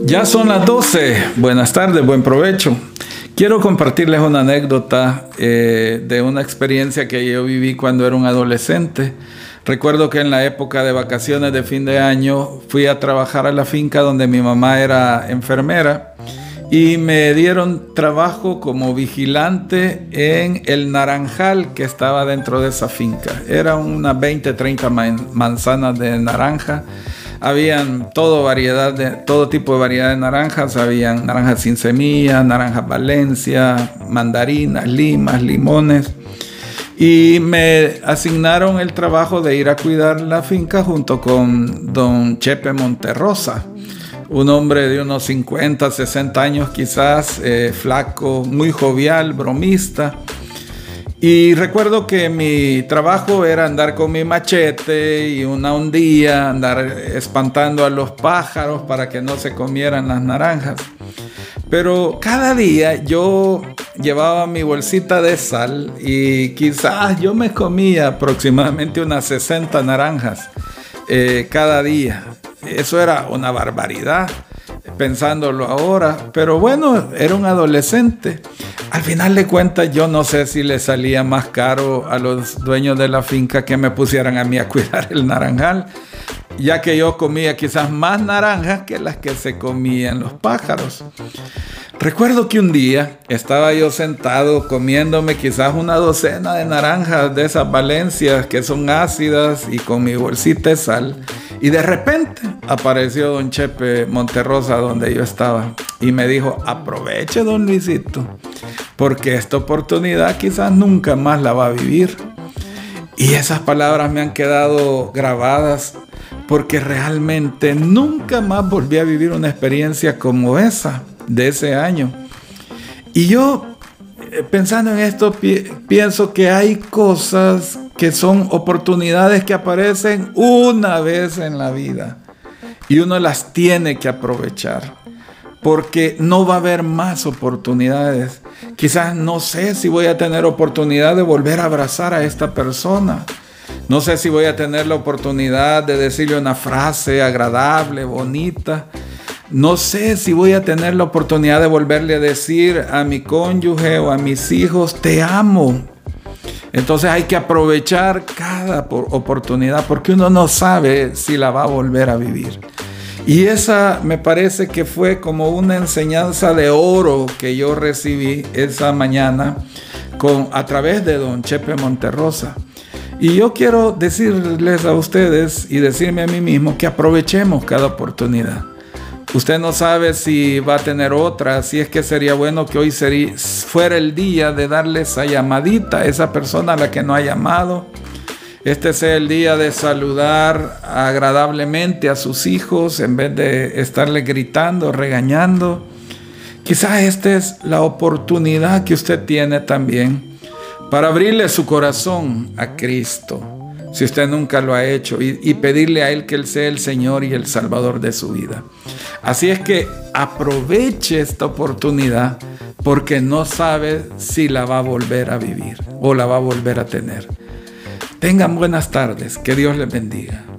Ya son las 12. Buenas tardes, buen provecho. Quiero compartirles una anécdota de una experiencia que yo viví cuando era un adolescente. Recuerdo que en la época de vacaciones de fin de año fui a trabajar a la finca donde mi mamá era enfermera y me dieron trabajo como vigilante en el naranjal que estaba dentro de esa finca. Eran unas 20, 30 manzanas de naranja. Habían todo tipo de variedad de naranjas. Habían naranjas sin semilla, naranjas Valencia, mandarinas, limas, limones. Y me asignaron el trabajo de ir a cuidar la finca junto con don Chepe Monterrosa, un hombre de unos 50, 60 años quizás, flaco, muy jovial, bromista. Y recuerdo que mi trabajo era andar con mi machete y una hondía, andar espantando a los pájaros para que no se comieran las naranjas. Pero cada día yo llevaba mi bolsita de sal y quizás yo me comía aproximadamente unas 60 naranjas cada día. Eso era una barbaridad, pensándolo ahora, pero bueno, era un adolescente. Al final de cuentas, yo no sé si le salía más caro a los dueños de la finca que me pusieran a mí a cuidar el naranjal, ya que yo comía quizás más naranjas que las que se comían los pájaros. Recuerdo que un día estaba yo sentado comiéndome quizás una docena de naranjas de esas Valencias que son ácidas y con mi bolsita de sal, y de repente apareció don Chepe Monterrosa donde yo estaba y me dijo: aproveche, don Luisito, porque esta oportunidad quizás nunca más la va a vivir. Y esas palabras me han quedado grabadas porque realmente nunca más volví a vivir una experiencia como esa de ese año. Y yo, pensando en esto, pienso que hay cosas que son oportunidades que aparecen una vez en la vida y uno las tiene que aprovechar, porque no va a haber más oportunidades. Quizás no sé si voy a tener oportunidad de volver a abrazar a esta persona. No sé si voy a tener la oportunidad de decirle una frase agradable, bonita. No sé si voy a tener la oportunidad de volverle a decir a mi cónyuge o a mis hijos: te amo. Entonces hay que aprovechar cada oportunidad, porque uno no sabe si la va a volver a vivir. Y esa me parece que fue como una enseñanza de oro que yo recibí esa mañana a través de don Chepe Monterrosa. Y yo quiero decirles a ustedes y decirme a mí mismo que aprovechemos cada oportunidad. Usted no sabe si va a tener otra, así es que sería bueno que hoy fuera el día de darle esa llamadita a esa persona a la que no ha llamado. Este sea el día de saludar agradablemente a sus hijos en vez de estarle gritando, regañando. Quizás esta es la oportunidad que usted tiene también para abrirle su corazón a Cristo, si usted nunca lo ha hecho, y pedirle a Él que Él sea el Señor y el Salvador de su vida. Así es que aproveche esta oportunidad, porque no sabe si la va a volver a vivir o la va a volver a tener. Tengan buenas tardes, que Dios les bendiga.